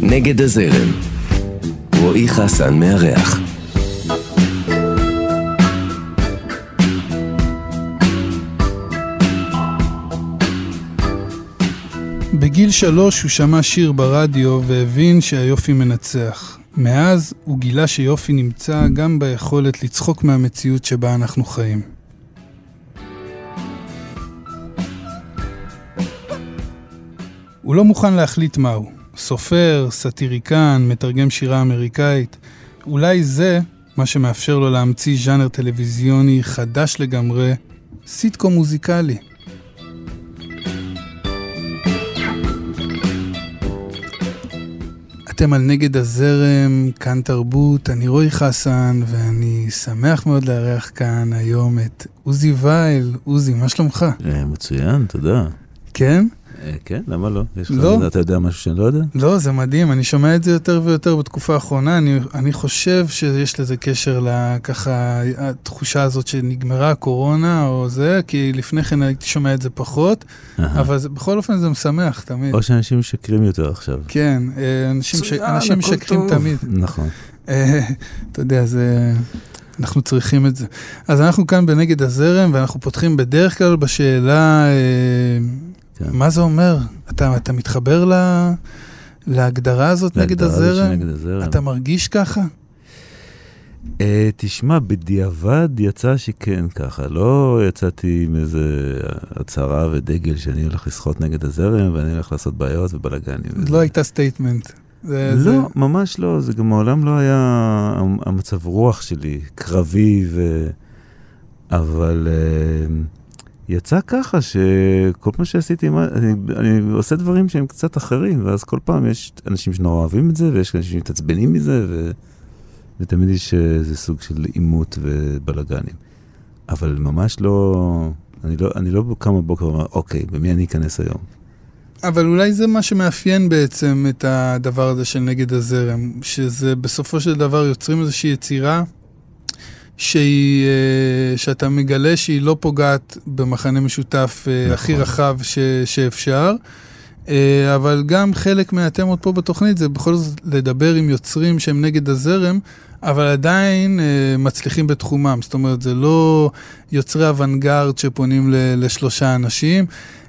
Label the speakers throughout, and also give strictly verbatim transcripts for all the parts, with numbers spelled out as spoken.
Speaker 1: נגד הזרם. רועי חסן מארח.
Speaker 2: בגיל שלוש הוא שמע שיר ברדיו והבין שהיופי מנצח. מאז הוא גילה שיופי נמצא גם ביכולת לצחוק מהמציאות שבה אנחנו חיים. הוא לא מוכן להחליט מהו. סופר, סטיריקן, מתרגם שירה אמריקאית. אולי זה מה שמאפשר לו להמציא ז'אנר טלוויזיוני חדש לגמרי, סיטקום מוזיקלי. אתם על נגד הזרם, כאן תרבות, אני רועי חסן, ואני שמח מאוד לארח כאן היום את עוזי וייל. עוזי, מה שלומך?
Speaker 3: מצוין, תודה.
Speaker 2: כן?
Speaker 3: כן, למה לא?
Speaker 2: לא.
Speaker 3: אתה יודע משהו שאני לא יודע?
Speaker 2: לא, זה מדהים, אני שומע את זה יותר ויותר בתקופה האחרונה, אני, אני חושב שיש לזה קשר לככה, התחושה הזאת שנגמרה הקורונה או זה, כי לפני כן הייתי שומע את זה פחות, אבל זה, בכל אופן זה משמח תמיד.
Speaker 3: או שאנשים משקרים יותר עכשיו.
Speaker 2: כן, אנשים, ש... אנשים משקרים תמיד.
Speaker 3: נכון.
Speaker 2: אתה יודע, זה... אנחנו צריכים את זה. אז אנחנו כאן בנגד הזרם, ואנחנו פותחים בדרך כלל בשאלה... מה זה אומר? אתה, אתה מתחבר לה, להגדרה הזאת נגד הזרם?
Speaker 3: נגד הזרם?
Speaker 2: אתה מרגיש ככה?
Speaker 3: Uh, תשמע, בדיעבד יצא שכן ככה. לא יצאתי עם איזה הצהרה ודגל שאני הולך לשחות נגד הזרם, ואני הולך לעשות בעיות ובלגנים.
Speaker 2: לא הייתה סטייטמנט. זה,
Speaker 3: לא,
Speaker 2: זה...
Speaker 3: ממש לא. זה גם מעולם לא היה המצב רוח שלי, קרבי ו... אבל... Uh, יצא ככה שכל מה שעשיתי, אני, אני עושה דברים שהם קצת אחרים, ואז כל פעם יש אנשים שנורא אוהבים את זה, ויש אנשים שמתעצבנים מזה, ו, ותמיד יש איזה סוג של אימות ובלגנים. אבל ממש לא, אני לא, אני לא קם בבוקר ואומר, אוקיי, במי אני אכנס היום?
Speaker 2: אבל אולי זה מה שמאפיין בעצם את הדבר הזה של נגד הזרם, שזה בסופו של דבר יוצרים איזושהי יצירה, שהיא, שאתה מגלה שהיא לא פוגעת במחנה משותף נכון. הכי רחב ש, שאפשר, אבל גם חלק מהתמות פה בתוכנית זה בכל זאת לדבר עם יוצרים שהם נגד הזרם, אבל עדיין מצליחים בתחומם. זאת אומרת, זה לא יוצרי אוונגרד שפונים ל, לשלושה אנשים.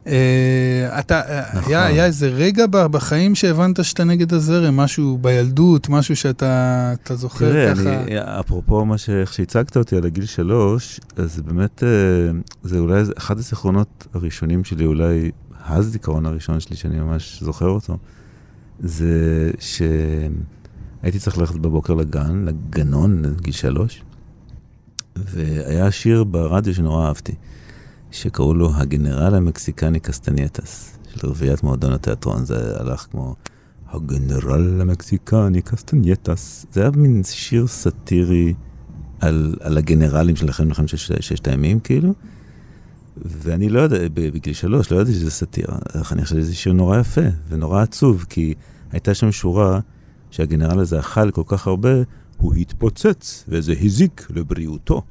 Speaker 2: אתה, נכון. היה, היה איזה רגע בחיים שהבנת שאתה נגד הזרם, משהו בילדות, משהו שאתה אתה זוכר
Speaker 3: תראה,
Speaker 2: ככה.
Speaker 3: אני, אפרופו מה שהצגת אותי על הגיל שלוש, אז זה באמת, זה אולי אחד הזיכרונות הראשונים שלי, אולי הזיכרון הראשון שלי שאני ממש זוכר אותו, זה שהייתי צריך ללכת בבוקר לגן, לגנון, גיל שלוש, והיה שיר ברדיו שנורא אהבתי, שקראו לו הגנרל המקסיקני קסטנייטס, של רביעיית מועדון התיאטרון. זה הלך כמו הגנרל המקסיקני קסטנייטס. זה היה מין שיר סאטירי על, על הגנרלים שלכם לכם ששת הימים, כאילו. ואני לא יודע, בגיל שלוש, לא ידעתי שזה סאטירה. אני חושב שזה שיר נורא יפה ונורא עצוב, כי הייתה שם שורה שהגנרל הזה אכל כל כך הרבה, הוא התפוצץ, וזה הזיק לבריאותו.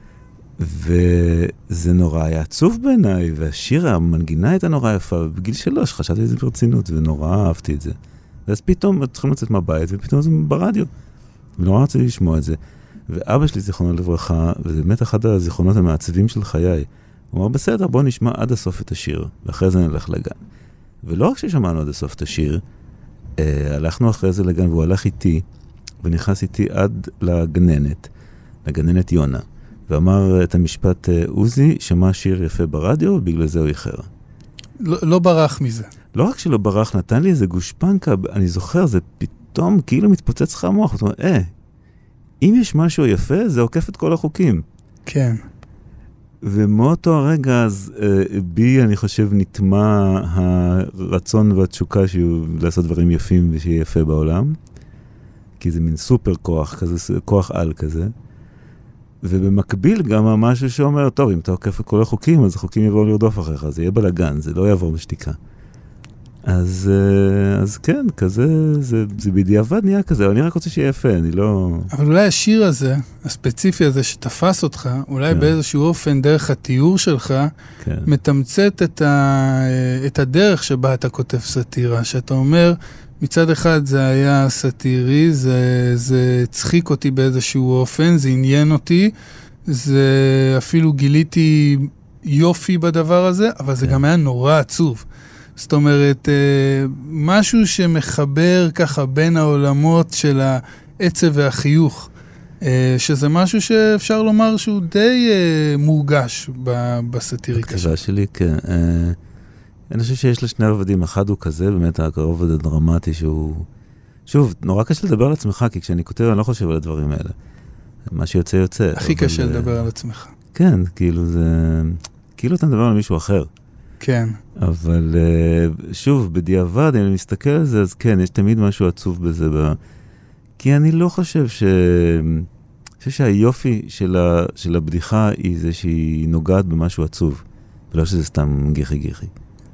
Speaker 3: וזה נורא היה עצוב בעיניי, והשיר המנגינה הייתה נורא יפה, ובגיל שלוש חשבתי את זה ברצינות, ונורא אהבתי את זה. ואז פתאום צריכים לצאת מהבית, ופתאום זה ברדיו. ונורא רציתי לשמוע את זה. ואבא שלי זיכרונו לברכה, וזה באמת אחד הזיכרונות המעצבים של חיי, הוא אמר, בסדר, בוא נשמע עד הסוף את השיר, ואחרי זה נלך לגן. ולא רק ששמענו עד הסוף את השיר, אה, הלכנו אחרי זה לגן, והוא הלך איתי, ונכנס איתי עד לגננת, לגננת יונה. ואמר את המשפט, עוזי שמע שיר יפה ברדיו, ובגלל זה הוא איחר.
Speaker 2: לא, לא ברח מזה.
Speaker 3: לא רק שלא ברח, נתן לי איזה גושפנקה, אני זוכר, זה פתאום כאילו מתפוצץ לך המוח. זאת אומרת, אה, אם יש משהו יפה, זה עוקף את כל החוקים.
Speaker 2: כן.
Speaker 3: ומאותו הרגע, אז אה, בי, אני חושב, נטמע הרצון והתשוקה שיהיו לעשות דברים יפים ושיהיה יפה בעולם. כי זה מין סופר כוח כזה, כוח על כזה. ובמקביל גם משהו שאומר, טוב, אם אתה עוקף את כל החוקים, אז החוקים יבואו לרדוף אחריך, זה יהיה בלגן, זה לא יעבור בשתיקה. אז, אז כן, כזה, זה, זה בדיעבד נהיה כזה, אני רק רוצה שיהיה יפה, אני לא...
Speaker 2: אבל אולי השיר הזה, הספציפי הזה שתפס אותך, אולי כן. באיזשהו אופן, דרך התיאור שלך, כן. מתמצת את, ה, את הדרך שבה אתה כותב סאטירה, שאתה אומר, מצד אחד זה היה סאטירי, זה, זה צחיק אותי באיזשהו אופן, זה עניין אותי, זה אפילו גיליתי יופי בדבר הזה, אבל זה כן. גם היה נורא עצוב. זאת אומרת, משהו שמחבר ככה בין העולמות של העצב והחיוך, שזה משהו שאפשר לומר שהוא די מורגש בסאטיריקה.
Speaker 3: בכתיבה שלי, כן. אני חושב שיש לה שני רבדים, אחד הוא כזה, באמת הרובד הדרמטי שהוא... שוב, נורא קשה לדבר על עצמך, כי כשאני כותב אני לא חושב על הדברים האלה. מה שיוצא יוצא.
Speaker 2: הכי קשה לדבר על עצמך.
Speaker 3: כן, כאילו זה... כאילו אתה מדבר על מישהו אחר. כן. אבל שוב, בדיעבד, אם אני מסתכל על זה, אז כן, יש תמיד משהו עצוב בזה. כי אני לא חושב ש... אני חושב שהיופי של, ה... של הבדיחה היא זה שהיא נוגעת במשהו עצוב, ולא שזה סתם גיחי גיחי.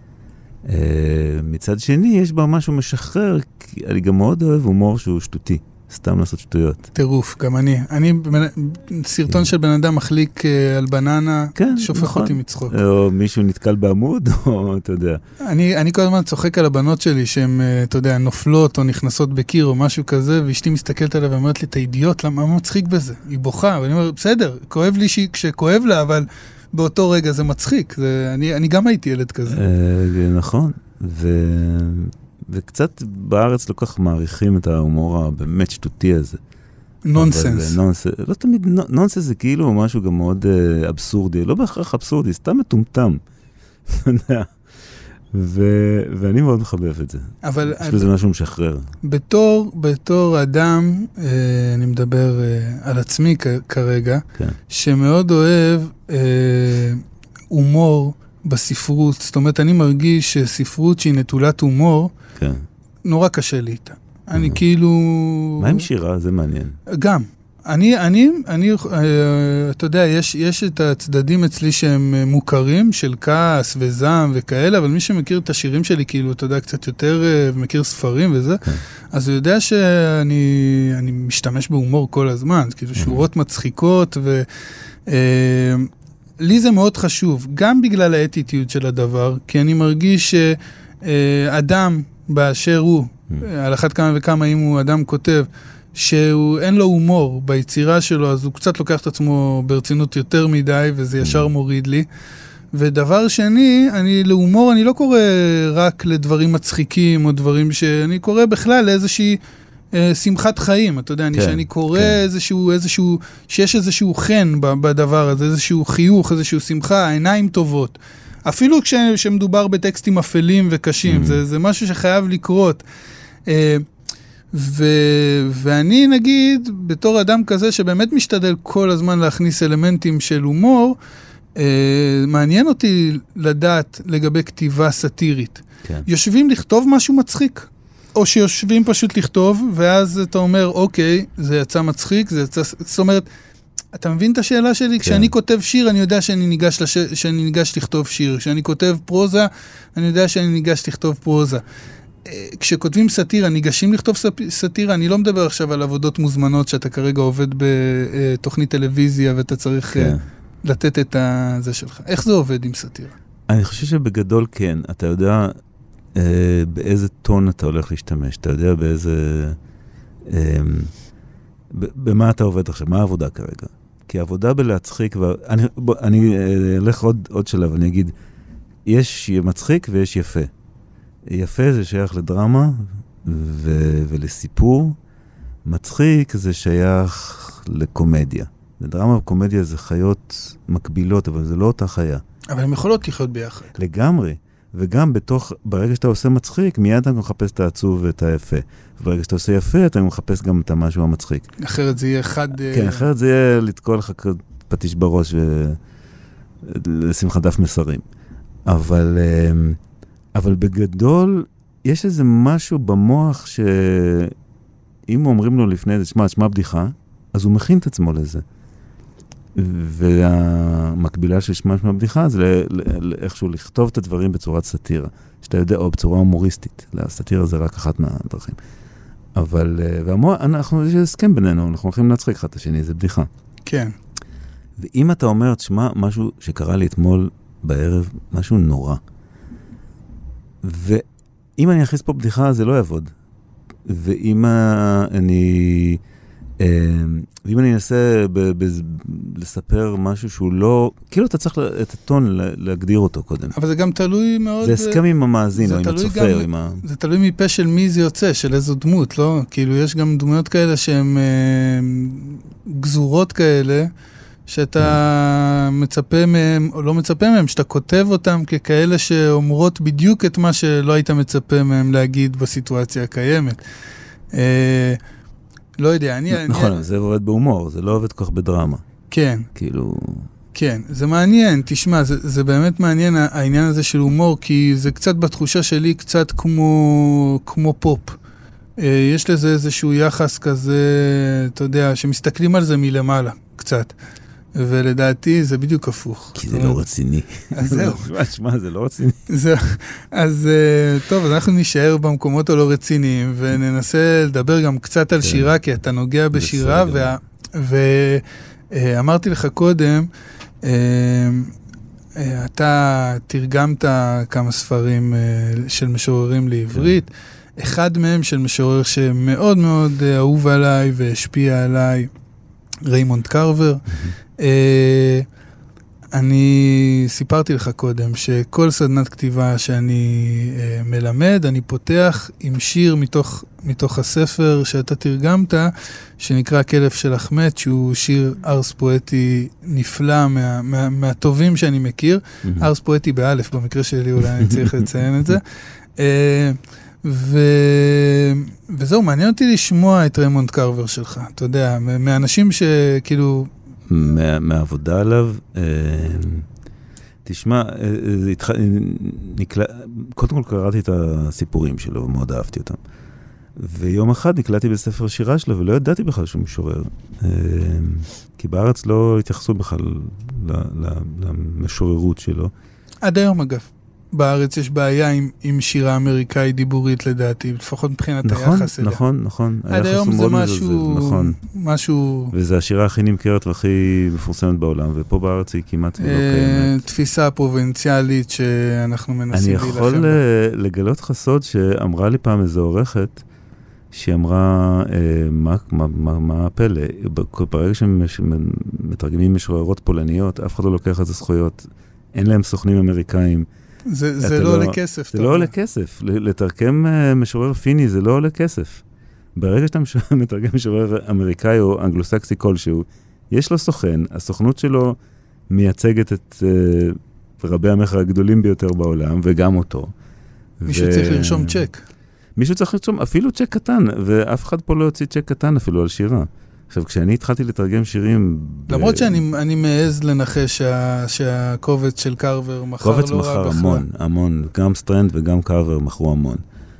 Speaker 3: מצד שני, יש בה משהו משחרר, כי אני גם מאוד אוהב הומור שהוא שטותי. סתם לעשות שטויות.
Speaker 2: טירוף, גם אני. אני, סרטון של בן אדם מחליק על בננה, שופך אותי מצחוק.
Speaker 3: או מישהו נתקל בעמוד, או אתה יודע.
Speaker 2: אני, אני כל הזמן צוחק על הבנות שלי, שהן, אתה יודע, נופלות או נכנסות בקיר או משהו כזה, ואשתי מסתכלת עליה ואומרת לי, אתה אידיוט, למה מצחיק בזה? היא בוכה, ואני אומר, בסדר, כואב לי כשכואב לה, אבל באותו רגע זה מצחיק. זה, אני, אני גם הייתי ילד כזה.
Speaker 3: נכון, ו... וקצת בארץ לא כך מעריכים את ההומור הבאמת שטותי הזה.
Speaker 2: נונסנס.
Speaker 3: נונסנס. לא תמיד, נונסנס זה כאילו משהו גם מאוד uh, אבסורדי, לא בהכרח אבסורדי, סתם מטומטם. ו- ואני מאוד מחבב את זה.
Speaker 2: אבל...
Speaker 3: יש בזה משהו משחרר.
Speaker 2: בתור, בתור אדם, אה, אני מדבר אה, על עצמי כ- כרגע, כן. שמאוד אוהב אה, הומור בספרות, זאת אומרת, אני מרגיש שספרות שהיא נטולת הומור, כן. נורא קשה לי איתה. אני כאילו...
Speaker 3: מה עם שירה? זה מעניין.
Speaker 2: גם. אני, אני, אני, אתה יודע, יש, יש את הצדדים אצלי שהם מוכרים, של כעס וזעם וכאלה, אבל מי שמכיר את השירים שלי, כאילו, אתה יודע, קצת יותר, ומכיר ספרים וזה, אז הוא יודע שאני, אני משתמש בהומור כל הזמן, כאילו, שורות מצחיקות, ו... לי זה מאוד חשוב, גם בגלל האטיטיוד של הדבר, כי אני מרגיש שאדם באשר הוא, על אחת כמה וכמה אם הוא אדם כותב, שאין לו הומור ביצירה שלו, אז הוא קצת לוקח את עצמו ברצינות יותר מדי, וזה ישר מוריד לי. ודבר שני, אני להומור, אני לא קורא רק לדברים מצחיקים, או דברים שאני קורא בכלל לאיזושהי אה, שמחת חיים, אתה יודע, כן, אני, שאני קורא כן. איזשהו, איזשהו, שיש איזשהו חן בדבר הזה, איזשהו חיוך, איזשהו שמחה, עיניים טובות. אפילו כשמדובר בטקסטים אפלים וקשים, mm-hmm. זה, זה משהו שחייב לקרות. אה, ו... ואני נגיד, בתור אדם כזה שבאמת משתדל כל הזמן להכניס אלמנטים של הומור, אה, מעניין אותי לדעת לגבי כתיבה סאטירית. כן. יושבים לכתוב משהו מצחיק, או שיושבים פשוט לכתוב, ואז אתה אומר, אוקיי, זה יצא מצחיק, זה יצא... זאת אומרת, אתה מבין את השאלה שלי? כן. כשאני כותב שיר, אני יודע שאני ניגש, לש... שאני ניגש לכתוב שיר. כשאני כותב פרוזה, אני יודע שאני ניגש לכתוב פרוזה. כשכותבים סאטירה, ניגשים לכתוב סאטירה, אני לא מדבר עכשיו על עבודות מוזמנות, שאתה כרגע עובד בתוכנית טלוויזיה, ואתה צריך כן. לתת את זה שלך. איך זה עובד עם סאטירה?
Speaker 3: אני חושב שבגדול כן. אתה יודע אה, באיזה טון אתה הולך להשתמש, אתה יודע באיזה... אה, במה אתה עובד עכשיו, מה העבודה כרגע? כי העבודה בלהצחיק, ואני, בוא, אני אלך עוד, עוד שלב, אני אגיד, יש מצחיק ויש יפה. יפה זה שייך לדרמה ו- ולסיפור. מצחיק זה שייך לקומדיה. לדרמה וקומדיה זה חיות מקבילות, אבל זה לא אותה חיה.
Speaker 2: אבל הן יכולות לחיות ביחד.
Speaker 3: לגמרי. וגם בתוך, ברגע שאתה עושה מצחיק, מיד אתה מחפש את העצוב ואת היפה. וברגע שאתה עושה יפה, אתה מחפש גם את המשהו המצחיק.
Speaker 2: אחרת זה יהיה אחד...
Speaker 3: כן, אחרת זה יהיה לתקוע לך פטיש בראש ולשים לך דף מסרים. אבל... אבל בגדול, יש איזה משהו במוח שאם אומרים לו לפני זה, שמה, שמה בדיחה, אז הוא מכין את עצמו לזה. והמקבילה של שמש מהבדיחה זה איכשהו לכתוב את הדברים בצורת סאטירה, שאתה יודע, או בצורה הומוריסטית. הסאטירה זה רק אחת מהדרכים. אבל, והמוע, אנחנו, יש הסכם בינינו, אנחנו הולכים להצחיק אחד את השני, זה בדיחה.
Speaker 2: כן.
Speaker 3: ואם אתה אומר, תשמע, משהו שקרה לי אתמול בערב, משהו נורא. ואם אני אכניס פה בדיחה, זה לא יעבוד. ואם אני... ואם אני אנסה ב- ב- לספר משהו שהוא לא, כאילו אתה צריך את הטון להגדיר אותו קודם.
Speaker 2: אבל זה גם תלוי מאוד...
Speaker 3: זה הסכם עם המאזין או עם הצופה או עם ה...
Speaker 2: זה תלוי מפה של מי זה יוצא, של איזו דמות, לא? כאילו יש גם דמויות כאלה שהן גזורות כאלה, שאתה מצפה מהם, או לא מצפה מהם, שאתה כותב אותם ככאלה שאומרות בדיוק את מה שלא היית מצפה מהם להגיד בסיטואציה הקיימת. לא יודע, אני...
Speaker 3: נכון,
Speaker 2: אני...
Speaker 3: זה עובד בהומור, זה לא עובד כל כך בדרמה.
Speaker 2: כן.
Speaker 3: כאילו...
Speaker 2: כן, זה מעניין, תשמע, זה, זה באמת מעניין העניין הזה של הומור, כי זה קצת בתחושה שלי, קצת כמו, כמו פופ. יש לזה איזשהו יחס כזה, אתה יודע, שמסתכלים על זה מלמעלה, קצת. ולדעתי זה בדיוק הפוך.
Speaker 3: כי זה לא רציני.
Speaker 2: אז זהו.
Speaker 3: שמע, זה לא רציני.
Speaker 2: אז טוב, אז אנחנו נשאר במקומות הלא רציניים, וננסה לדבר גם קצת על שירה, כי אתה נוגע בשירה, ואמרתי לך קודם, אתה תרגמת כמה ספרים של משוררים לעברית, אחד מהם של משורר שמאוד מאוד אהוב עליי והשפיע עליי, ריימונד קרבר. אני סיפרתי לך קודם שכל סדנת כתיבה שאני מלמד, אני פותח עם שיר מתוך, מתוך הספר שאתה תרגמת, שנקרא כלב של אחמד, שהוא שיר ארס פואטי נפלא, מה, מה, מהטובים שאני מכיר. ארס פואטי באלף, במקרה שלי אולי אני צריך לציין את זה. ו... וזהו, מעניין אותי לשמוע את ריימונד קרבר שלך, אתה יודע, מאנשים שכאילו...
Speaker 3: מה, מהעבודה עליו, תשמע, נקלע, קודם כל קראתי את הסיפורים שלו, ומאוד אהבתי אותם. ויום אחד נקלעתי בספר שירה שלו, ולא ידעתי בכלל שהוא משורר. כי בארץ לא התייחסו בכלל למשוררות שלו.
Speaker 2: עד היום אגב. בארץ יש בעיה עם, עם שירה אמריקאית דיבורית לדעתי, לפחות מבחינת
Speaker 3: נכון,
Speaker 2: היחס אליה.
Speaker 3: נכון, נכון.
Speaker 2: עד היום זה משהו,
Speaker 3: נכון.
Speaker 2: משהו...
Speaker 3: וזה השירה הכי נמכרת והכי מפורסמת בעולם, ופה בארץ היא כמעט לא קיימת.
Speaker 2: תפיסה פרובינציאלית שאנחנו מנסים להילחם.
Speaker 3: אני יכול לגלות לך סוד שאמרה לי פעם איזו עורכת, שהיא אמרה, מה, מה, מה, מה הפלא? ברגע שמתרגמים משוררות פולניות, אף אחד לא לוקח את זה זכויות, אין להם סוכנים אמריקאים,
Speaker 2: זה, זה לא עולה כסף.
Speaker 3: זה לא עולה כסף. לתרגם משורר פיני זה לא עולה כסף. ברגע שאתה מתרגם משורר אמריקאי או אנגלוסקסי כלשהו, יש לו סוכן, הסוכנות שלו מייצגת את רבי המחר הגדולים ביותר בעולם, וגם אותו.
Speaker 2: מישהו ו... צריך לרשום צ'ק.
Speaker 3: מישהו צריך לרשום, אפילו צ'ק קטן, ואף אחד פה לא יוציא צ'ק קטן אפילו על שירה. עכשיו, כשאני התחלתי לתרגם שירים...
Speaker 2: למרות ב... שאני אני מעז לנחש שה, שהקובץ של קרבר מחר לא רע בכלל. קובץ מחר
Speaker 3: המון, המון. גם סטרנד וגם קרבר מחרו המון.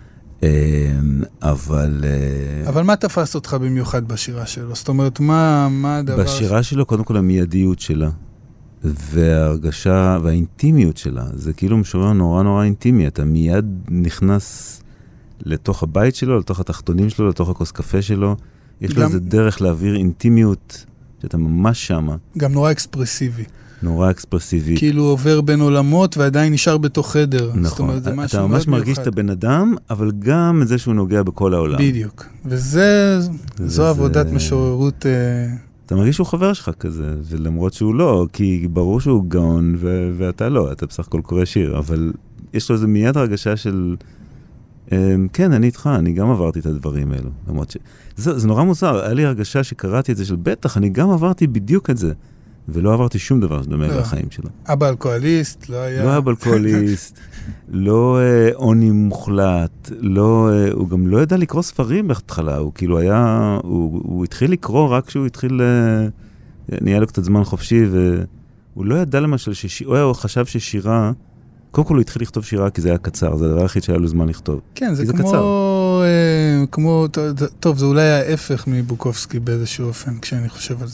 Speaker 3: אבל...
Speaker 2: אבל מה תפס אותך במיוחד בשירה שלו? זאת אומרת, מה, מה הדבר...
Speaker 3: בשירה שלו, קודם כל, המיידיות שלה, וההרגשה והאינטימיות שלה. זה כאילו משורר נורא נורא אינטימי. אתה מיד נכנס לתוך הבית שלו, לתוך התחתונים שלו, לתוך הכוס קפה שלו. יש לו איזה דרך להעביר אינטימיות, שאתה ממש שמה.
Speaker 2: גם נורא אקספרסיבי.
Speaker 3: נורא אקספרסיבי.
Speaker 2: כאילו עובר בין עולמות ועדיין נשאר בתוך חדר.
Speaker 3: נכון. אתה ממש מרגיש את הבן אדם, אבל גם את זה שהוא נוגע בכל העולם.
Speaker 2: בדיוק. וזו עבודת משוררות...
Speaker 3: אתה מרגיש שהוא חבר שלך כזה, ולמרות שהוא לא, כי ברור שהוא גאון, ואתה לא, אתה בסך הכל קורא שיר, אבל יש לו איזה מיד הרגשה של... כן, אני איתך, אני גם עברתי את הדברים האלו. למרות ש... זה, זה נורא מוזר, היה לי הרגשה שקראתי את זה של בטח, אני גם עברתי בדיוק את זה, ולא עברתי שום דבר שדומה לא. לחיים שלו.
Speaker 2: אבא אלכוהוליסט, לא היה...
Speaker 3: לא אבא אלכוהוליסט, לא אה, עוני מוחלט, לא, אה, הוא גם לא ידע לקרוא ספרים בהתחלה, הוא כאילו היה, הוא, הוא התחיל לקרוא רק כשהוא התחיל, אה, נהיה לו קצת זמן חופשי, והוא לא ידע למשל, שש... הוא חשב ששירה, קודם כל הוא התחיל לכתוב שירה כי זה היה קצר, זה הדבר הכי שהיה לו זמן לכתוב.
Speaker 2: כן, זה, זה כמו, אה, כמו, טוב, זה אולי ההפך מבוקובסקי באיזשהו אופן, כשאני חושב על זה.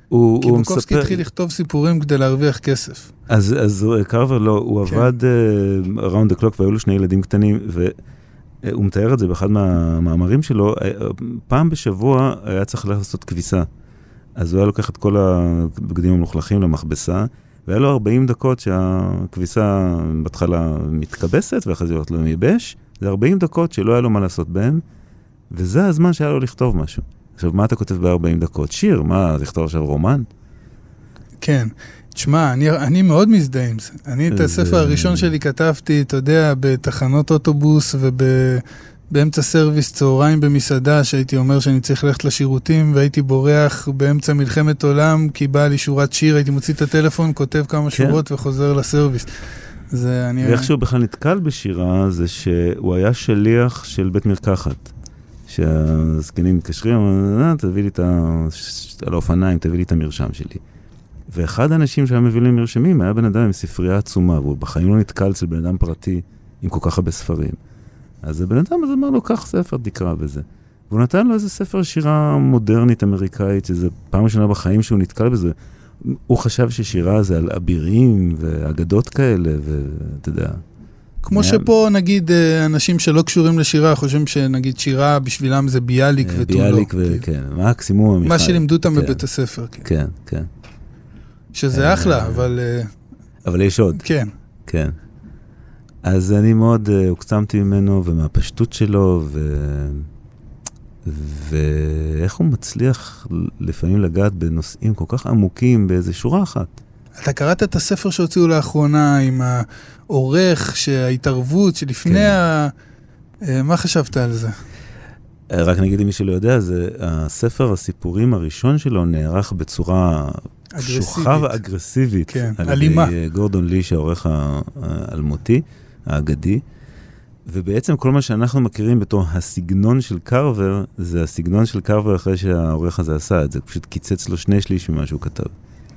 Speaker 3: הוא,
Speaker 2: כי
Speaker 3: הוא
Speaker 2: בוקובסקי
Speaker 3: מספר...
Speaker 2: התחיל לכתוב סיפורים כדי להרוויח כסף.
Speaker 3: אז, אז קרבר לא, הוא
Speaker 2: כן.
Speaker 3: עבד uh, around the clock, והיו לו שני ילדים קטנים, והוא מתאר את זה באחד מהמאמרים שלו, פעם בשבוע היה צריך לעשות כביסה. אז הוא היה לוקח את כל הבגדים המלוכלכים למכבסה, והיה לו ארבעים דקות שהכביסה בהתחלה מתקבסת, ואחרי זה הולכת לו מייבש, זה ארבעים דקות שלא היה לו מה לעשות בהם, וזה הזמן שהיה לו לכתוב משהו. עכשיו, מה אתה כותב ב-ארבעים דקות? שיר, מה, לכתוב עכשיו רומן?
Speaker 2: כן. תשמע, אני, אני מאוד מזדהה עם זה. אני את הספר הראשון שלי כתבתי, אתה יודע, בתחנות אוטובוס ובאמצע סרוויס צהריים במסעדה, שהייתי אומר שאני צריך ללכת לשירותים, והייתי בורח באמצע מלחמת עולם, כי באה לי שורת שיר, הייתי מוציא את הטלפון, כותב כמה כן. שורות וחוזר לסרוויס. זה אני...
Speaker 3: ואיך שהוא בכלל נתקל בשירה, זה שהוא היה שליח של בית מרקחת. שהזקנים מתקשרים, תביא לי את ה... על האופניים, תביא לי את המרשם שלי. ואחד האנשים שהיה מביא לי מרשמים, היה בן אדם עם ספרייה עצומה, והוא בחיים לא נתקל אצל בן אדם פרטי עם כל כך הרבה ספרים. אז הבן אדם הזה אמר לו, קח ספר, תקרא בזה. והוא נתן לו איזה ספר שירה מודרנית אמריקאית, שזה פעם ראשונה בחיים שהוא נתקל בזה. הוא חשב ששירה זה על אבירים ואגדות כאלה, ואתה יודע...
Speaker 2: כמו שפה נגיד אנשים שלא קשורים לשירה, חושבים שנגיד שירה בשבילם זה ביאליק ותו לא.
Speaker 3: ביאליק וכן, מקסימום.
Speaker 2: מה שלימדו אותם בבית הספר.
Speaker 3: כן, כן.
Speaker 2: שזה אחלה, אבל...
Speaker 3: אבל יש עוד.
Speaker 2: כן.
Speaker 3: כן. אז אני מאוד הוקסמתי ממנו ומהפשטות שלו, ו... ואיך הוא מצליח לפעמים לגעת בנושאים כל כך עמוקים באיזו שורה אחת. אתה
Speaker 2: קראת את הספר שהוציאו לאחרונה עם העורך, שההתערבות שלפני כן. ה... מה חשבת על זה?
Speaker 3: רק נגיד למי שלא יודע, זה הספר הסיפורים הראשון שלו נערך בצורה קשוחה ואגרסיבית.
Speaker 2: כן,
Speaker 3: על
Speaker 2: אלימה.
Speaker 3: ידי גורדון לי, שהעורך האלמותי, האגדי. ובעצם כל מה שאנחנו מכירים בתור הסגנון של קרבר, זה הסגנון של קרבר אחרי שהעורך הזה עשה את זה. פשוט קיצץ לו שני שליש ממה שהוא כתב.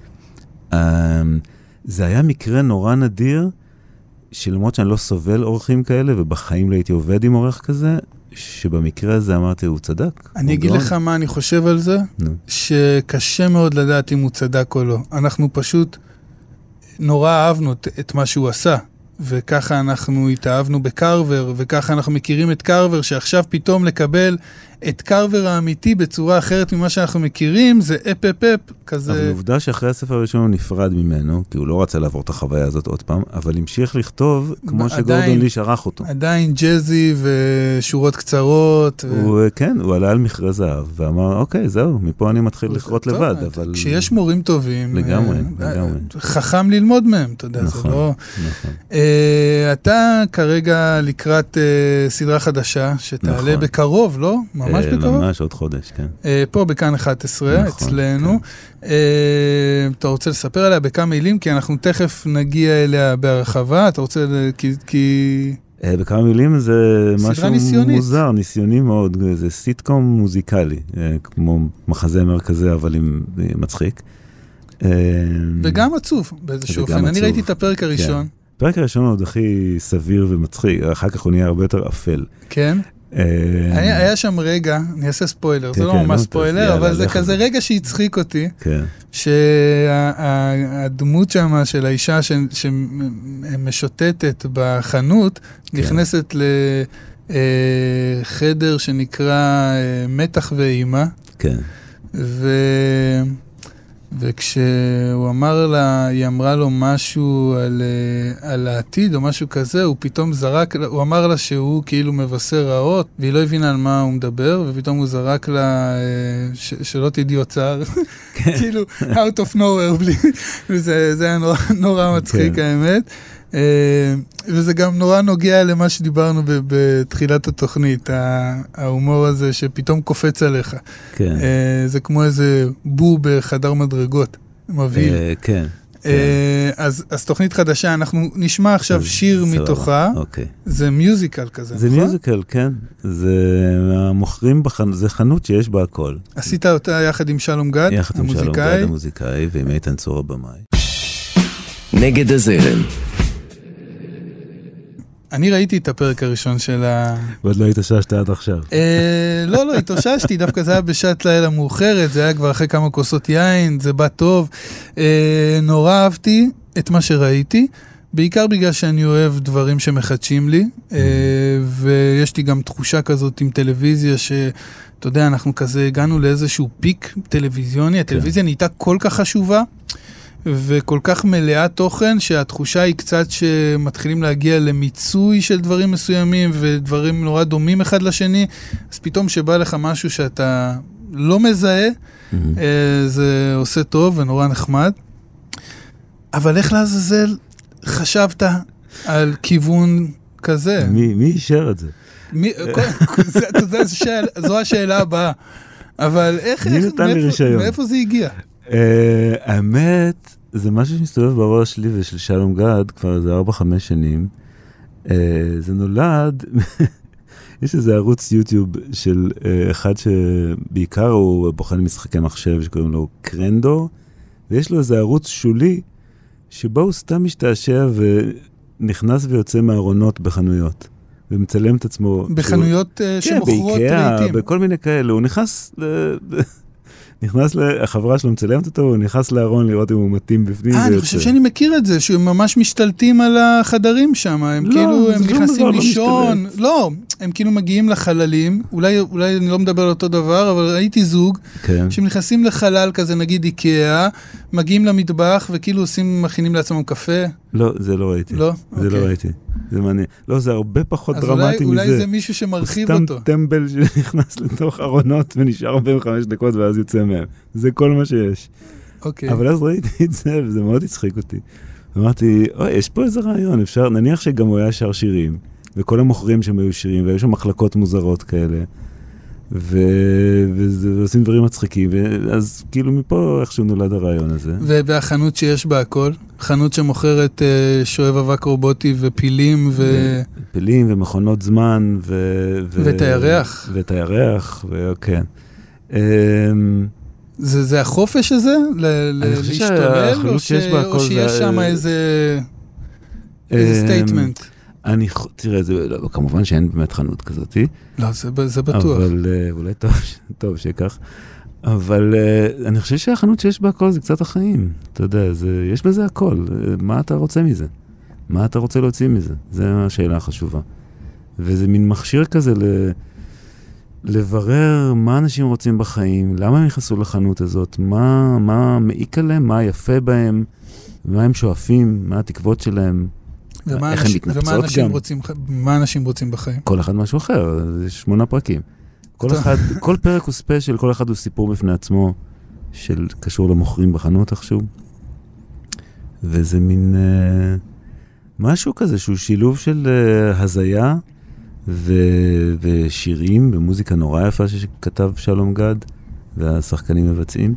Speaker 3: זה היה מקרה נורא נדיר, שלמרות שאני לא סובל עורכים כאלה, ובחיים לא הייתי עובד עם עורך כזה, שבמקרה הזה אמרתי, הוא צדק.
Speaker 2: אני אגיד לך מה אני חושב על זה, שקשה מאוד לדעת אם הוא צדק או לא. אנחנו פשוט נורא אהבנו את מה שהוא עשה. וככה אנחנו התאהבנו בקרבר, וככה אנחנו מכירים את קרבר, שעכשיו פתאום לקבל את קרבר האמיתי בצורה אחרת ממה שאנחנו מכירים, זה אפ אפ אפ, כזה...
Speaker 3: אבל עובדה שאחרי הספר הראשון הוא נפרד ממנו, כי הוא לא רצה לעבור את החוויה הזאת עוד פעם, אבל המשיך לכתוב כמו שגורדון לי שרח אותו.
Speaker 2: עדיין ג'זי ושורות קצרות.
Speaker 3: הוא, כן, הוא עלה על מכרה זהב, ואמר, אוקיי, זהו, מפה אני מתחיל לקרות לבד, אבל...
Speaker 2: כשיש מורים טובים...
Speaker 3: לגמרי, לגמרי.
Speaker 2: חכם ללמוד מהם, אתה יודע, זה לא... נכון. אתה כרגע לקראת סדרה חדשה, שתעלה בקרוב, לא? ממש בקרוב?
Speaker 3: ממש עוד חודש, כן.
Speaker 2: פה בכאן אחת עשרה, אצלנו. אתה רוצה לספר עליה בכמה מילים? כי אנחנו תכף נגיע אליה בהרחבה. אתה רוצה... כי...
Speaker 3: בכמה מילים זה משהו מוזר, ניסיוני מאוד. זה סיטקום מוזיקלי, כמו מחזה מרכזי, אבל עם מצחיק.
Speaker 2: וגם עצוב באיזשהו אופן. אני ראיתי את הפרק הראשון.
Speaker 3: הפרק הראשון הוא עוד הכי סביר ומצחיק, אחר כך הוא נהיה הרבה יותר אפל.
Speaker 2: כן? היה שם רגע, אני אעשה ספיילר, זה לא ממש ספיילר, אבל זה כזה רגע שהצחיק אותי, שהדמות שם של האישה שמשוטטת בחנות, נכנסת לחדר שנקרא מתח ואימה, ו... וכשהוא אמר לה, היא אמרה לו משהו על, על העתיד או משהו כזה, הוא פתאום זרק, הוא אמר לה שהוא כאילו מבשר רעות, והיא לא הבינה על מה הוא מדבר, ופתאום הוא זרק לה, ש, שלא תדעי אוצר, כאילו, out of nowhere, בלי, וזה זה היה נורא, נורא מצחיק האמת. וזה גם נורא נוגע למה שדיברנו בתחילת התוכנית, ההומור הזה שפתאום קופץ עליך. זה כמו איזה בור בחדר מדרגות, מבהיל.
Speaker 3: כן.
Speaker 2: אז תוכנית חדשה, אנחנו נשמע עכשיו שיר מתוכה, זה מיוזיקל כזה,
Speaker 3: נכון? זה מיוזיקל, כן. זה המוכרים, זה חנות שיש בה הכל.
Speaker 2: עשית אותה יחד עם שלום גד,
Speaker 3: יחד עם שלום גד, המוזיקאי, ועם איתן צור הבמאי.
Speaker 1: נגד הזרם.
Speaker 2: אני ראיתי את הפרק הראשון של ה...
Speaker 3: ועוד לא התאוששת עד עכשיו.
Speaker 2: לא, לא, התאוששתי, דווקא זה היה בשעת לילה מאוחרת, זה היה כבר אחרי כמה כוסות יין, זה בא טוב. נורא אהבתי את מה שראיתי, בעיקר בגלל שאני אוהב דברים שמחדשים לי, ויש לי גם תחושה כזאת עם טלוויזיה, שאתה יודע, אנחנו כזה הגענו לאיזשהו פיק טלוויזיוני, הטלוויזיה נהייתה כל כך חשובה, וכל כך מלאה תוכן, שהתחושה היא קצת שמתחילים להגיע למיצוי של דברים מסוימים, ודברים נורא דומים אחד לשני, אז פתאום שבא לך משהו שאתה לא מזהה, זה עושה טוב ונורא נחמד. אבל איך לעזאזל חשבת על כיוון כזה?
Speaker 3: מי, מי אישר את זה?
Speaker 2: מי, זה, זה, זו השאלה הבאה. אבל איך,
Speaker 3: מי
Speaker 2: איך,
Speaker 3: נתן לי
Speaker 2: מאיפה,
Speaker 3: רישיון?
Speaker 2: מאיפה זה הגיע?
Speaker 3: Uh, האמת, זה משהו שמסתובב בראש שלי ושל שלום גד, כבר איזה ארבע חמש שנים. Uh, זה נולד, יש איזה ערוץ יוטיוב של uh, אחד שבעיקר הוא בוחן משחקי מחשב שקוראים לו קרנדו, ויש לו איזה ערוץ שולי, שבו הוא סתם משתעשע ונכנס ויוצא מהארונות בחנויות, ומצלם את עצמו.
Speaker 2: בחנויות שהוא... שמוכרות
Speaker 3: כן,
Speaker 2: רהיטים.
Speaker 3: באיקאה, בכל מיני כאלה. הוא נכנס, ל... נכנס החברה שלו מצלמת אותו, הוא נכנס לארון לראות אם הוא מתאים בפנים.
Speaker 2: אה, אני חושב שאני מכיר את זה, שהם ממש משתלטים על החדרים שם, הם
Speaker 3: לא,
Speaker 2: כאילו, הם נכנסים
Speaker 3: לא
Speaker 2: לישון,
Speaker 3: לא,
Speaker 2: לא, הם כאילו מגיעים לחללים, אולי, אולי אני לא מדבר על אותו דבר, אבל ראיתי זוג,
Speaker 3: כן.
Speaker 2: שהם נכנסים לחלל כזה, נגיד איקאה, מגיעים למטבח, וכאילו עושים, מכינים לעצמם קפה.
Speaker 3: לא, זה לא ראיתי.
Speaker 2: לא?
Speaker 3: זה
Speaker 2: אוקיי.
Speaker 3: לא ראיתי. זה מעניין. לא, זה הרבה פחות
Speaker 2: אז
Speaker 3: דרמטי
Speaker 2: אולי,
Speaker 3: מזה.
Speaker 2: אולי זה מישהו שמרחיב
Speaker 3: הוא
Speaker 2: אותו.
Speaker 3: סתם טמבל שנכנס לתוך ארונות ונשאר ארבעים וחמש דקות ואז יוצא מהם. זה כל מה שיש.
Speaker 2: אוקיי.
Speaker 3: אבל אז ראיתי את זה וזה מאוד הצחיק אותי. אמרתי, אוי, יש פה איזה רעיון, אפשר, נניח שגם הוא היה שר שירים, וכל המוכרים שם היו שירים, והיו שם מחלקות מוזרות כאלה, ו... ועושים דברים מצחיקים, ואז כאילו מפה איכשהו נולד הרעיון הזה.
Speaker 2: והחנות שיש בה הכל, חנות שמוכרת uh, שואב אבק רובוטי ופילים ו...
Speaker 3: פילים ומכונות זמן ו...
Speaker 2: ואת הירח.
Speaker 3: ואת הירח, וכן.
Speaker 2: זה, זה החופש הזה? ל- להשתולל? או, ש... או שיש שם איזה, איזה סטייטמנט?
Speaker 3: אני, תראה, זה, לא, כמובן שאין באמת חנות כזאת.
Speaker 2: לא, זה, זה בטוח.
Speaker 3: אבל אולי טוב, טוב שכך. אבל אני חושב שהחנות שיש בה הכל זה קצת החיים. אתה יודע, זה, יש בזה הכל. מה אתה רוצה מזה? מה אתה רוצה להוציא מזה? זו השאלה החשובה. וזה מין מכשיר כזה ל... לברר מה אנשים רוצים בחיים, למה הם נכנסו לחנות הזאת, מה, מה מעיק עליהם, מה יפה בהם, מה הם שואפים, מה התקוות שלהם,
Speaker 2: ומה
Speaker 3: איך
Speaker 2: אנשים,
Speaker 3: הם מתנפצות
Speaker 2: ומה אנשים
Speaker 3: גם.
Speaker 2: רוצים, מה אנשים רוצים בחיים?
Speaker 3: כל אחד משהו אחר, זה שמונה פרקים. כל אחד, כל פרק הוא ספיישל, כל אחד הוא סיפור בפני עצמו, של קשור למוכרים בחנות עכשיו. וזה מין אה, משהו כזה, שהוא שילוב של אה, הזיה, ו- ושירים ומוזיקה נורא יפה שכתב שלום גד והשחקנים מבצעים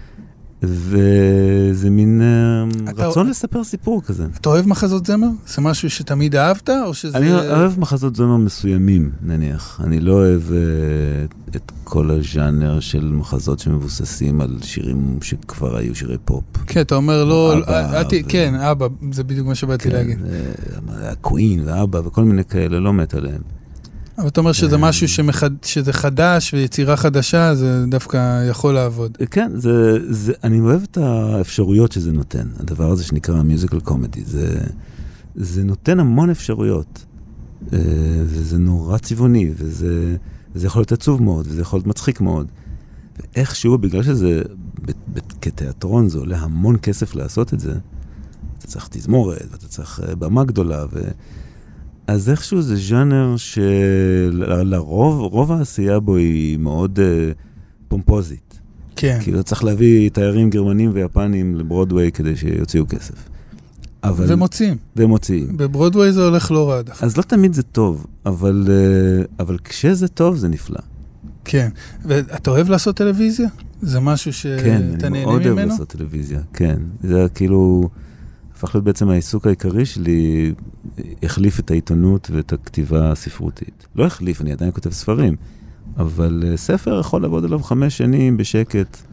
Speaker 3: וזה מין אתה רצון לספר סיפור כזה.
Speaker 2: אתה אוהב מחזות זמר? זה משהו שתמיד אהבת? או שזה...
Speaker 3: אני אוהב מחזות זמר מסוימים נניח, אני לא אוהב uh, את כל הז'אנר של מחזות שמבוססים על שירים שכבר היו שירי פופ.
Speaker 2: כן, אתה אומר לא,
Speaker 3: אבא,
Speaker 2: ו... כן, אבא, זה בדיוק מה שבאתי
Speaker 3: כן,
Speaker 2: להגיד.
Speaker 3: הקווין ואבא וכל מיני כאלה, לא מת עליהם.
Speaker 2: אבל אתה אומר שזה משהו שמחד... שזה חדש ויצירה חדשה, זה דווקא יכול לעבוד.
Speaker 3: כן, זה, זה, אני אוהב את האפשרויות שזה נותן. הדבר הזה שנקרא מיוזיקל קומדי, זה, זה נותן המון אפשרויות. וזה נורא צבעוני, וזה, וזה יכול להיות עצוב מאוד, וזה יכול להיות מצחיק מאוד. ואיכשהו, בגלל שזה, ב, ב, כתיאטרון זה עולה המון כסף לעשות את זה, אתה צריך תזמורת, ואתה צריך במה גדולה, ו... אז איכשהו זה ז'אנר שלרוב, רוב העשייה בו היא מאוד uh, פומפוזית.
Speaker 2: כן.
Speaker 3: כאילו צריך להביא תיירים גרמנים ויפנים לברודווי כדי שיוציאו כסף. אבל...
Speaker 2: ומוצאים.
Speaker 3: ומוצאים.
Speaker 2: בברודווי זה הולך לא רע.
Speaker 3: אז לא תמיד זה טוב, אבל, uh, אבל כשזה טוב זה נפלא.
Speaker 2: כן. ואתה אוהב לעשות טלוויזיה? זה משהו שאתה נהנה ממנו?
Speaker 3: כן, אני מאוד אוהב לעשות טלוויזיה, כן. זה כאילו... הפך להיות בעצם העיסוק העיקרי שלי, החליף את העיתונות ואת הכתיבה הספרותית. לא החליף, אני עדיין כותב ספרים, אבל ספר יכול לעבוד עליו חמש שנים בשקט,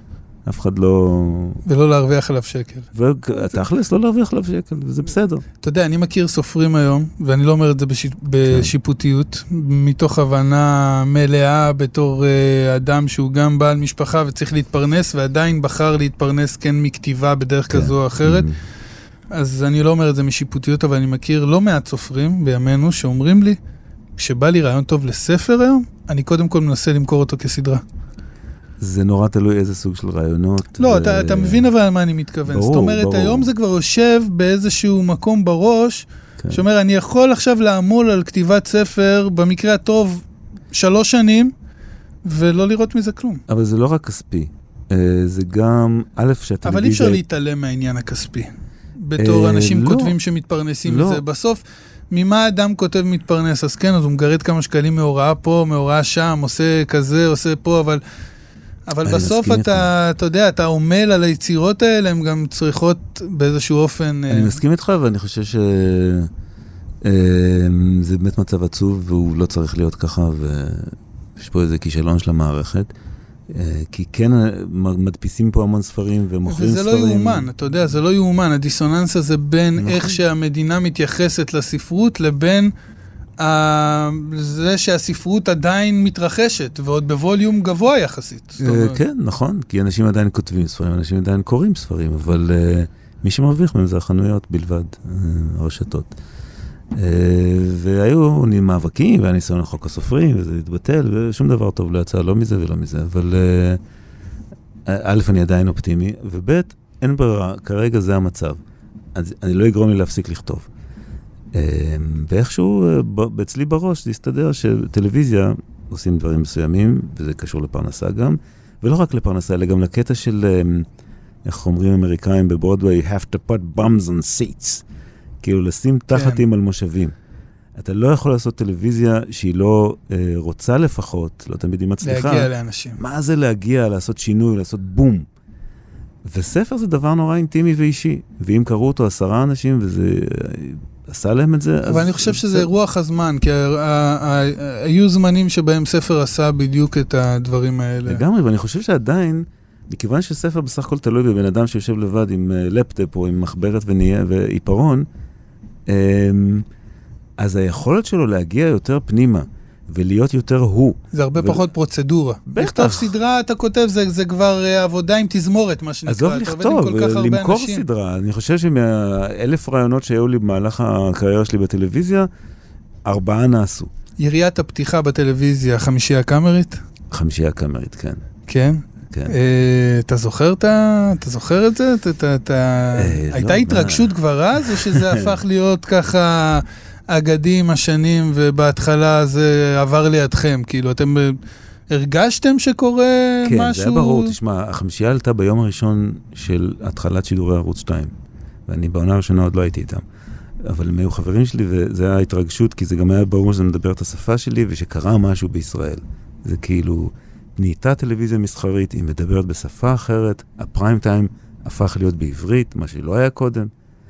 Speaker 3: אף אחד לא...
Speaker 2: ולא להרוויח עליו שקל.
Speaker 3: ותכלס, לא להרוויח עליו שקל, וזה בסדר.
Speaker 2: אתה יודע, אני מכיר סופרים היום, ואני לא אומר את זה בשיפוטיות, מתוך הבנה מלאה בתור אדם שהוא גם בעל משפחה וצריך להתפרנס, ועדיין בחר להתפרנס כן מכתיבה בדרך כזו או אחרת. אז אני לא אומר את זה משיפוטיות, אבל אני מכיר לא מעט סופרים בימינו שאומרים לי, כשבא לי רעיון טוב לספר היום, אני קודם כל מנסה למכור אותו כסדרה.
Speaker 3: זה נורא תלוי איזה סוג של רעיונות.
Speaker 2: לא, ו... אתה, אתה מבין אבל על מה אני מתכוון. ברור, זאת אומרת, ברור. היום זה כבר יושב באיזשהו מקום בראש, כן. שאומר, אני יכול עכשיו לעמול על כתיבת ספר, במקרה הטוב, שלוש שנים, ולא לראות מזה כלום.
Speaker 3: אבל זה לא רק כספי. זה גם, א', שהטלוויזיה...
Speaker 2: אבל אי אפשר להתעלם מהעניין הכספי. בתור אנשים כותבים שמתפרנסים מזה. בסוף, ממה אדם כותב מתפרנס? אז כן, אז הוא מגרד כמה שקלים מהוראה פה, מהוראה שם, עושה כזה, עושה פה, אבל... אבל בסוף אתה, אתה יודע, אתה עומל על היצירות האלה, הן גם צריכות באיזשהו אופן...
Speaker 3: אני מסכים איתך, ואני חושב שזה באמת מצב עצוב, והוא לא צריך להיות ככה, ויש פה איזה כישלון של המערכת. כי כן, מדפיסים פה המון ספרים ומוכרים ספרים.
Speaker 2: וזה לא יאומן, אתה יודע, זה לא יאומן. הדיסוננס הזה בין איך שהמדינה מתייחסת לספרות, לבין זה שהספרות עדיין מתרחשת, ועוד בווליום גבוה יחסית.
Speaker 3: כן, נכון, כי אנשים עדיין כותבים ספרים, אנשים עדיין קוראים ספרים, אבל מי שמרוויח מהם זה החנויות בלבד, הרשתות. והיו מאבקים, והיה ניסיון לחוק הסופרים, וזה התבטל, ושום דבר טוב לא יצא, לא מזה ולא מזה, אבל א', אני עדיין אופטימי, וב', אין ברירה, כרגע זה המצב. אז אני לא אגרום לי להפסיק לכתוב. ואיכשהו אצלי בראש זה הסתדר שטלוויזיה עושים דברים מסוימים, וזה קשור לפרנסה גם, ולא רק לפרנסה, אלא גם לקטע של, איך אומרים אמריקאים בברודווי, have to put bums on seats. כאילו לשים תחתים על מושבים. אתה לא יכול לעשות טלוויזיה שהיא לא אה, רוצה לפחות, לא תמיד היא מצליחה.
Speaker 2: להגיע לאנשים.
Speaker 3: מה זה להגיע, לעשות שינוי, לעשות בום? וספר זה דבר נורא אינטימי ואישי. ואם קראו אותו עשרה אנשים וזה עשה להם את זה...
Speaker 2: אבל אני חושב שזה רוח הזמן, כי היו זמנים שבהם ספר עשה בדיוק את הדברים האלה.
Speaker 3: לגמרי, ואני חושב שעדיין, מכיוון שספר בסך הכל תלוי בבן אדם שיושב לבד עם לפטופ או עם מחברת ועיפרון, אז היכולת שלו להגיע יותר פנימה ולהיות יותר הוא.
Speaker 2: זה הרבה ו... פחות פרוצדורה. בטח. לכתוב סדרה, אתה כותב, זה, זה כבר עבודה עם תזמורת, מה שנקרא.
Speaker 3: עזוב לכתוב, למכור סדרה. אני חושב שמאלף רעיונות שהיו לי במהלך הקריירה שלי בטלוויזיה, ארבעה נעשו.
Speaker 2: יריית הפתיחה בטלוויזיה, חמישייה קאמרית?
Speaker 3: חמישייה קאמרית, כן.
Speaker 2: כן? כן. אתה זוכר את זה? הייתה התרגשות כבר אז, או שזה הפך להיות ככה אגדים השנים, ובהתחלה זה עבר לידכם? כאילו, אתם הרגשתם שקורה משהו?
Speaker 3: כן, זה היה ברור. תשמע, החמישייה עלתה ביום הראשון של התחלת שידורי ערוץ שתיים, ואני בעונה הראשונה עוד לא הייתי איתם. אבל הם היו חברים שלי, וזה היה התרגשות, כי זה גם היה ברור שזה מדבר את השפה שלי, ושקרה משהו בישראל. זה כאילו... נהייתה טלוויזיה מסחרית, היא מדברת בשפה אחרת, הפריים טיים הפך להיות בעברית, מה שלא היה קודם,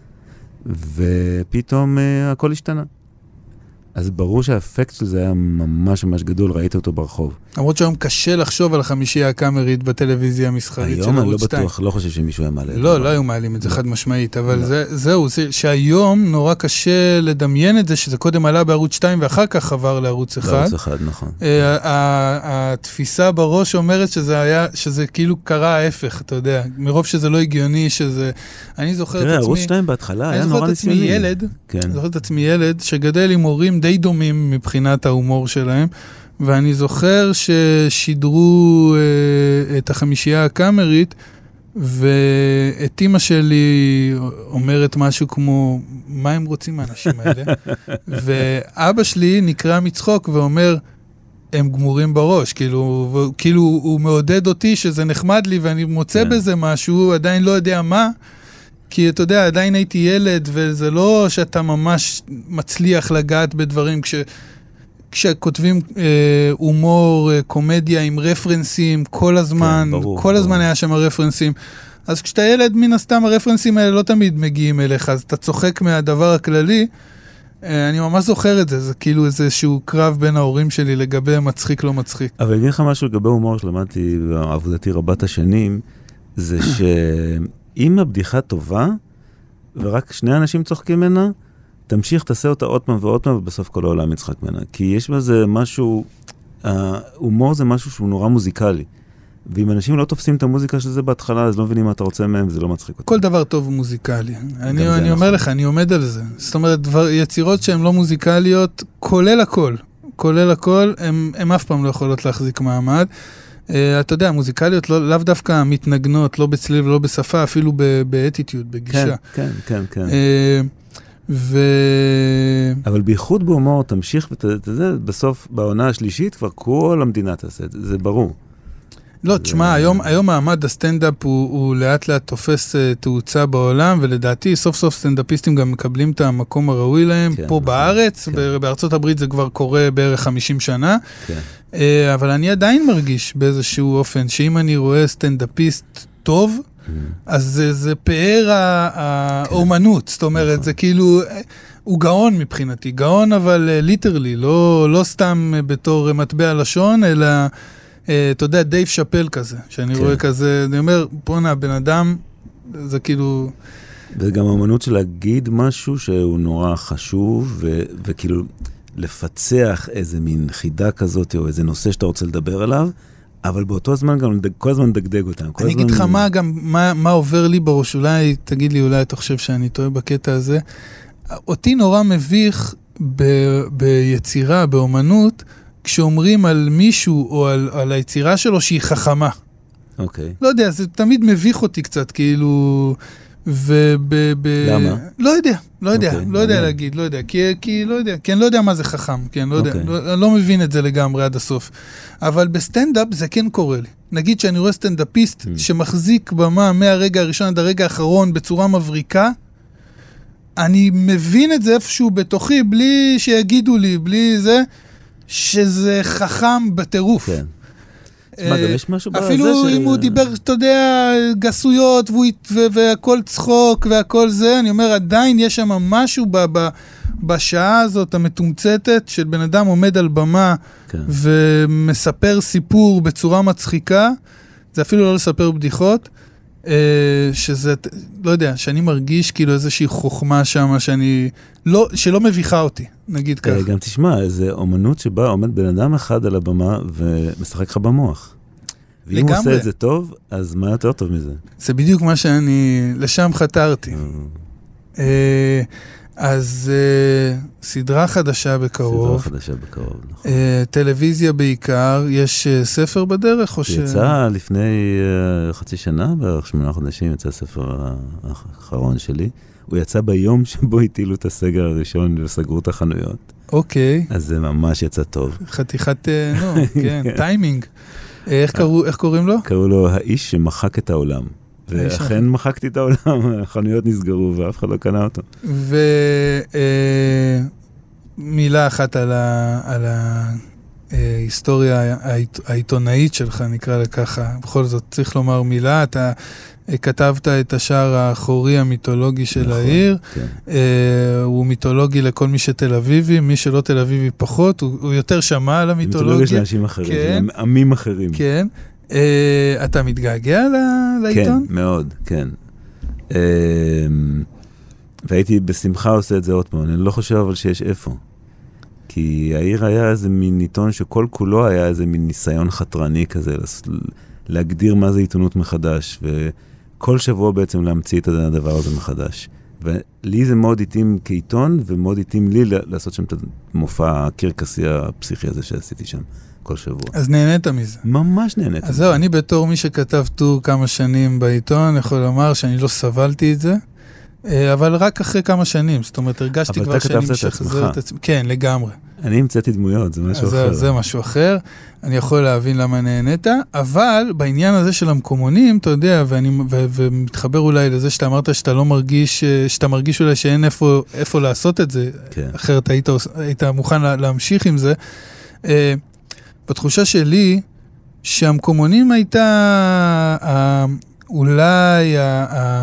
Speaker 3: ופתאום uh, הכל השתנה. אז ברור שהאפקט של זה היה ממש ממש גדול, ראית אותו ברחוב.
Speaker 2: למרות שהיום קשה לחשוב על החמישייה הקאמרית בטלוויזיה המסחרית של ערוץ שתיים.
Speaker 3: היום אני לא בטוח, לא חושב שמישהו היה מעלה.
Speaker 2: לא, לא היו מעלים את זה חד משמעית, אבל זהו, שהיום נורא קשה לדמיין את זה, שזה קודם עלה בערוץ שתיים ואחר כך עבר לערוץ אחד.
Speaker 3: לערוץ אחד, נכון.
Speaker 2: התפיסה בראש אומרת שזה היה, שזה כאילו קרה ההפך, אתה יודע, מרוב שזה לא הגיוני, שזה... אני זוכר את עצמי...
Speaker 3: תראה, ערוץ שתיים בהתחלה היה נורא ניסיוני.
Speaker 2: אני זוכר את עצמי ילד שגדל עם הורים די דומים מבחינת ההומור שלהם, ואני זוכר ששידרו אה, את החמישייה הקאמרית, ואת אמא שלי אומרת משהו כמו, מה הם רוצים האנשים האלה? ואבא שלי נקרא מצחוק ואומר, הם גמורים בראש, כאילו, כאילו הוא מעודד אותי שזה נחמד לי, ואני מוצא בזה משהו, עדיין לא יודע מה, כי אתה יודע, עדיין הייתי ילד, וזה לא שאתה ממש מצליח לגעת בדברים, כש, כשכותבים אה, הומור, אה, קומדיה עם רפרנסים, כל הזמן, כן, ברור, כל ברור. הזמן היה שם הרפרנסים. אז כשאתה ילד, מן הסתם הרפרנסים האלה לא תמיד מגיעים אליך, אז אתה צוחק מהדבר הכללי. אה, אני ממש זוכר את זה, זה כאילו איזשהו קרב בין ההורים שלי לגבי מצחיק לא מצחיק.
Speaker 3: אבל אני אגיד לך משהו לגבי הומור שלמדתי בעבודתי רבת השנים, זה שאם הבדיחה טובה, ורק שני אנשים צוחקים ממנה, תמשיך, תעשה אותה עוד פעם ועוד פעם, ובסוף כל העולם יצחק ממנה. כי יש בזה משהו, ההומור זה משהו שהוא נורא מוזיקלי. ואם אנשים לא תופסים את המוזיקה של זה בהתחלה, אז לא מבינים מה אתה רוצה מהם, וזה לא מצחיק אותם.
Speaker 2: כל דבר טוב הוא מוזיקלי. אני, אני אומר לך, אני עומד על זה. זאת אומרת, דבר, יצירות שהן לא מוזיקליות, כולל הכל. כולל הכל, הן אף פעם לא יכולות להחזיק מעמד. Uh, אתה יודע, מוזיקליות לא, לאו דווקא מתנגנות, לא בצליל ולא בשפה, אפילו באטיטיוד, בגישה.
Speaker 3: כן, כן, כן.
Speaker 2: Uh, ו...
Speaker 3: אבל בייחוד בהומור, תמשיך וזה, בסוף, בעונה השלישית, כבר כל המדינה תעשה את זה, זה ברור.
Speaker 2: לא, תשמע, היום, היום מעמד הסטנדאפ הוא, הוא לאט לאט תופס uh, תאוצה בעולם, ולדעתי סוף סוף סטנדאפיסטים גם מקבלים את המקום הראוי להם, כן, פה נכון, בארץ, כן. בארצות הברית זה כבר קורה בערך חמישים שנה, כן. uh, אבל אני עדיין מרגיש באיזשהו אופן, שאם אני רואה סטנדאפיסט טוב, mm. אז זה, זה פאר האומנות, כן. זאת אומרת, נכון. זה כאילו, הוא גאון מבחינתי, גאון אבל ליטרלי, לא, לא סתם בתור מטבע לשון, אלא... אתה יודע, דייב שאפל כזה, שאני רואה כזה, אני אומר, פונה, בן אדם, זה כאילו...
Speaker 3: וזה גם האמנות של להגיד משהו שהוא נורא חשוב, וכאילו לפצח איזה מין חידה כזאת, או איזה נושא שאתה רוצה לדבר עליו, אבל באותו זמן גם כל הזמן דגדג אותם.
Speaker 2: אני אגיד לך מה גם, מה עובר לי בראש, אולי, תגיד לי, אולי אתה חושב שאני טועה בקטע הזה, אותי נורא מביך ביצירה, באמנות, כשאומרים על מישהו או על, על היצירה שלו שהיא חכמה.
Speaker 3: אוקיי.
Speaker 2: לא יודע, זה תמיד מביך אותי קצת, כאילו... וב, ב,
Speaker 3: למה?
Speaker 2: לא יודע, לא יודע,
Speaker 3: אוקיי,
Speaker 2: לא יודע להגיד, לא יודע, כי, כי לא יודע, כי אני לא יודע מה זה חכם, כי אני לא יודע,
Speaker 3: אוקיי.
Speaker 2: לא, אני לא מבין את זה לגמרי עד הסוף. אבל בסטנדאפ זה כן קורה לי. נגיד שאני רואה סטנדאפיסט mm. שמחזיק במה מהרגע הראשון עד הרגע האחרון בצורה מבריקה, אני מבין את זה איפשהו בתוכי, בלי שיגידו לי, בלי זה... שזה חכם בטירוף.
Speaker 3: כן. תשמע, גם יש משהו בזה
Speaker 2: אפילו אם הוא דיבר, אתה יודע, גסויות, והכל צחוק והכל זה, אני אומר, עדיין יש שם משהו בשעה הזאת המתומצתת, של בן אדם עומד על במה ומספר סיפור בצורה מצחיקה, זה אפילו לא לספר בדיחות, שזה, לא יודע, שאני מרגיש כאילו איזושהי חוכמה שם, שאני, לא, שלא מביכה אותי, נגיד כך.
Speaker 3: גם תשמע, זה אומנות שבה עומד בן אדם אחד על הבמה ומשחק לך במוח. ואם הוא עושה את זה טוב, אז מה יותר טוב מזה?
Speaker 2: זה בדיוק מה שאני, לשם חתרתי. אז סדרה חדשה בקרוב.
Speaker 3: סדרה חדשה בקרוב, נכון.
Speaker 2: טלוויזיה בעיקר, יש ספר בדרך או ש...
Speaker 3: יצא לפני חצי שנה, בערך שמונה חודשים, יצא הספר האחרון שלי. הוא יצא ביום שבו הטילו את הסגר הראשון וסגרו את החנויות.
Speaker 2: אוקיי.
Speaker 3: אז זה ממש יצא טוב.
Speaker 2: חתיכת, נו, כן, טיימינג. איך קוראים לו?
Speaker 3: קראו לו האיש שמחק את העולם. ואכן מחקתי את העולם, החנויות נסגרו ואף אחד לא קנה אותו.
Speaker 2: ומילה אחת על ההיסטוריה העיתונאית שלך, נקרא לככה. בכל זאת, צריך לומר מילה. אתה כתבת את השער האחורי המיתולוגי של העיר. הוא מיתולוגי לכל מי שתל אביבי, מי שלא תל אביבי פחות. הוא יותר שמע על המיתולוגיה.
Speaker 3: מיתולוגיה של אנשים אחרים, של עמים אחרים.
Speaker 2: כן. אתה מתגעגע לעיתון?
Speaker 3: כן, מאוד, כן. והייתי בשמחה עושה את זה עוד פעם. אני לא חושב אבל שיש איפה. כי העיר היה איזה מין עיתון שכל כולו היה איזה מין ניסיון חתרני כזה, להגדיר מה זה עיתונות מחדש, וכל שבוע בעצם להמציא את הדבר הזה מחדש. ולי זה מאוד התאים כעיתון, ומאוד התאים לי לעשות שם את המופע הקרקסי הפסיכי הזה שעשיתי שם. כל שבוע.
Speaker 2: אז נהנית מזה.
Speaker 3: ממש נהנית.
Speaker 2: אז זהו, אני בתור מי שכתב טור כמה שנים בעיתון, יכול לומר שאני לא סבלתי את זה, אבל רק אחרי כמה שנים, זאת אומרת, הרגשתי כבר שאני משחזר את עצמי. כן, לגמרי.
Speaker 3: אני המצאתי דמויות, זה משהו אחר.
Speaker 2: זה משהו אחר, אני יכול להבין למה נהנית, אבל בעניין הזה של המקומונים, אתה יודע, ומתחבר אולי לזה שאתה אמרת שאתה לא מרגיש, שאתה מרגיש אולי שאין איפה לעשות את זה, אחרת היית מוכן להמשיך עם זה, בתחושה שלי, שהמקומונים הייתה אולי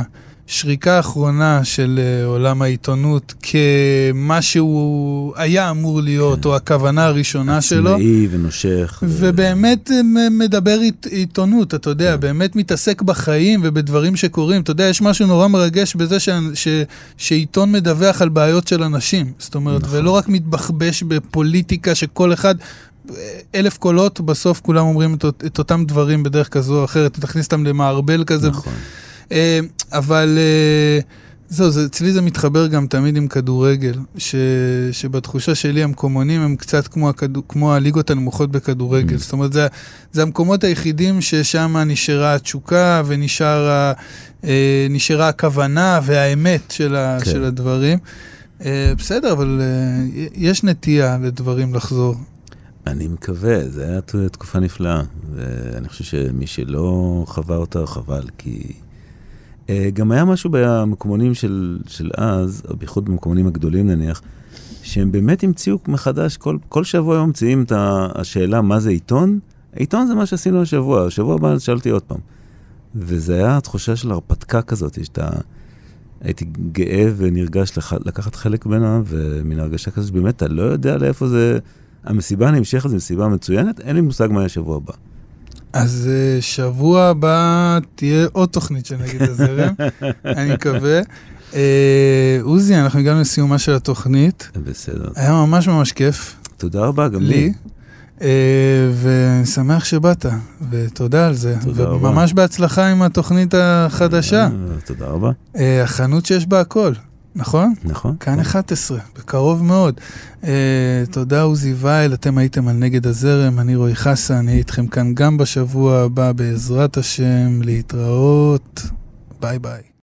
Speaker 2: השריקה האחרונה של עולם העיתונות כמה שהוא היה אמור להיות, או הכוונה הראשונה שלו.
Speaker 3: עצמאי ונושך.
Speaker 2: ובאמת מדבר עיתונות, אתה יודע, באמת מתעסק בחיים ובדברים שקורים. אתה יודע, יש משהו נורא מרגש בזה שעיתון מדווח על בעיות של אנשים. זאת אומרת, ולא רק מתבחבש בפוליטיקה שכל אחד... אלף קולות, בסוף כולם אומרים את, את אותם דברים בדרך כזו או אחרת, תכניס אותם למערבל כזה. נכון. אבל זהו, זה, אצלי זה מתחבר גם תמיד עם כדורגל, ש, שבתחושה שלי המקומונים הם קצת כמו, הכדו, כמו הליגות הנמוכות בכדורגל. Mm. זאת אומרת, זה, זה המקומות היחידים ששם נשארה התשוקה ונשארה נשארה הכוונה והאמת של, ה, כן. של הדברים. בסדר, אבל יש נטייה לדברים לחזור.
Speaker 3: אני מקווה, זו הייתה תקופה נפלאה, ואני חושב שמי שלא חווה אותה, חבל, כי גם היה משהו במקומונים של, של אז, או בייחוד במקומונים הגדולים נניח, שהם באמת המציאו מחדש, כל, כל שבוע הם ממציאים את השאלה מה זה עיתון, העיתון זה מה שעשינו השבוע, השבוע הבא שאלתי עוד פעם, וזה היה התחושה של הרפתקה כזאת, שאתה, הייתי גאה ונרגש לח, לקחת חלק בינה, ומן הרגשה כזאת שבאמת אתה לא יודע לאיפה זה, המסיבה נמשכת, זו מסיבה מצוינת, אין לי מושג מה יהיה שבוע הבא.
Speaker 2: אז שבוע הבא תהיה עוד תוכנית של נגיד הזרם, אני מקווה. עוזי, אנחנו הגענו לסיומה של התוכנית.
Speaker 3: בסדר.
Speaker 2: היה ממש ממש כיף.
Speaker 3: תודה רבה, גם
Speaker 2: לי. ואני שמח שבאת, ותודה על זה.
Speaker 3: תודה רבה.
Speaker 2: וממש בהצלחה עם התוכנית החדשה.
Speaker 3: תודה רבה.
Speaker 2: החנות שיש בה הכל. נכון?
Speaker 3: נכון.
Speaker 2: כאן אחת עשרה, בקרוב מאוד. Uh, תודה עוזי וייל, אתם הייתם על נגד הזרם, אני רועי חסן, אני איתכם כאן גם בשבוע הבא בעזרת השם, להתראות, ביי ביי.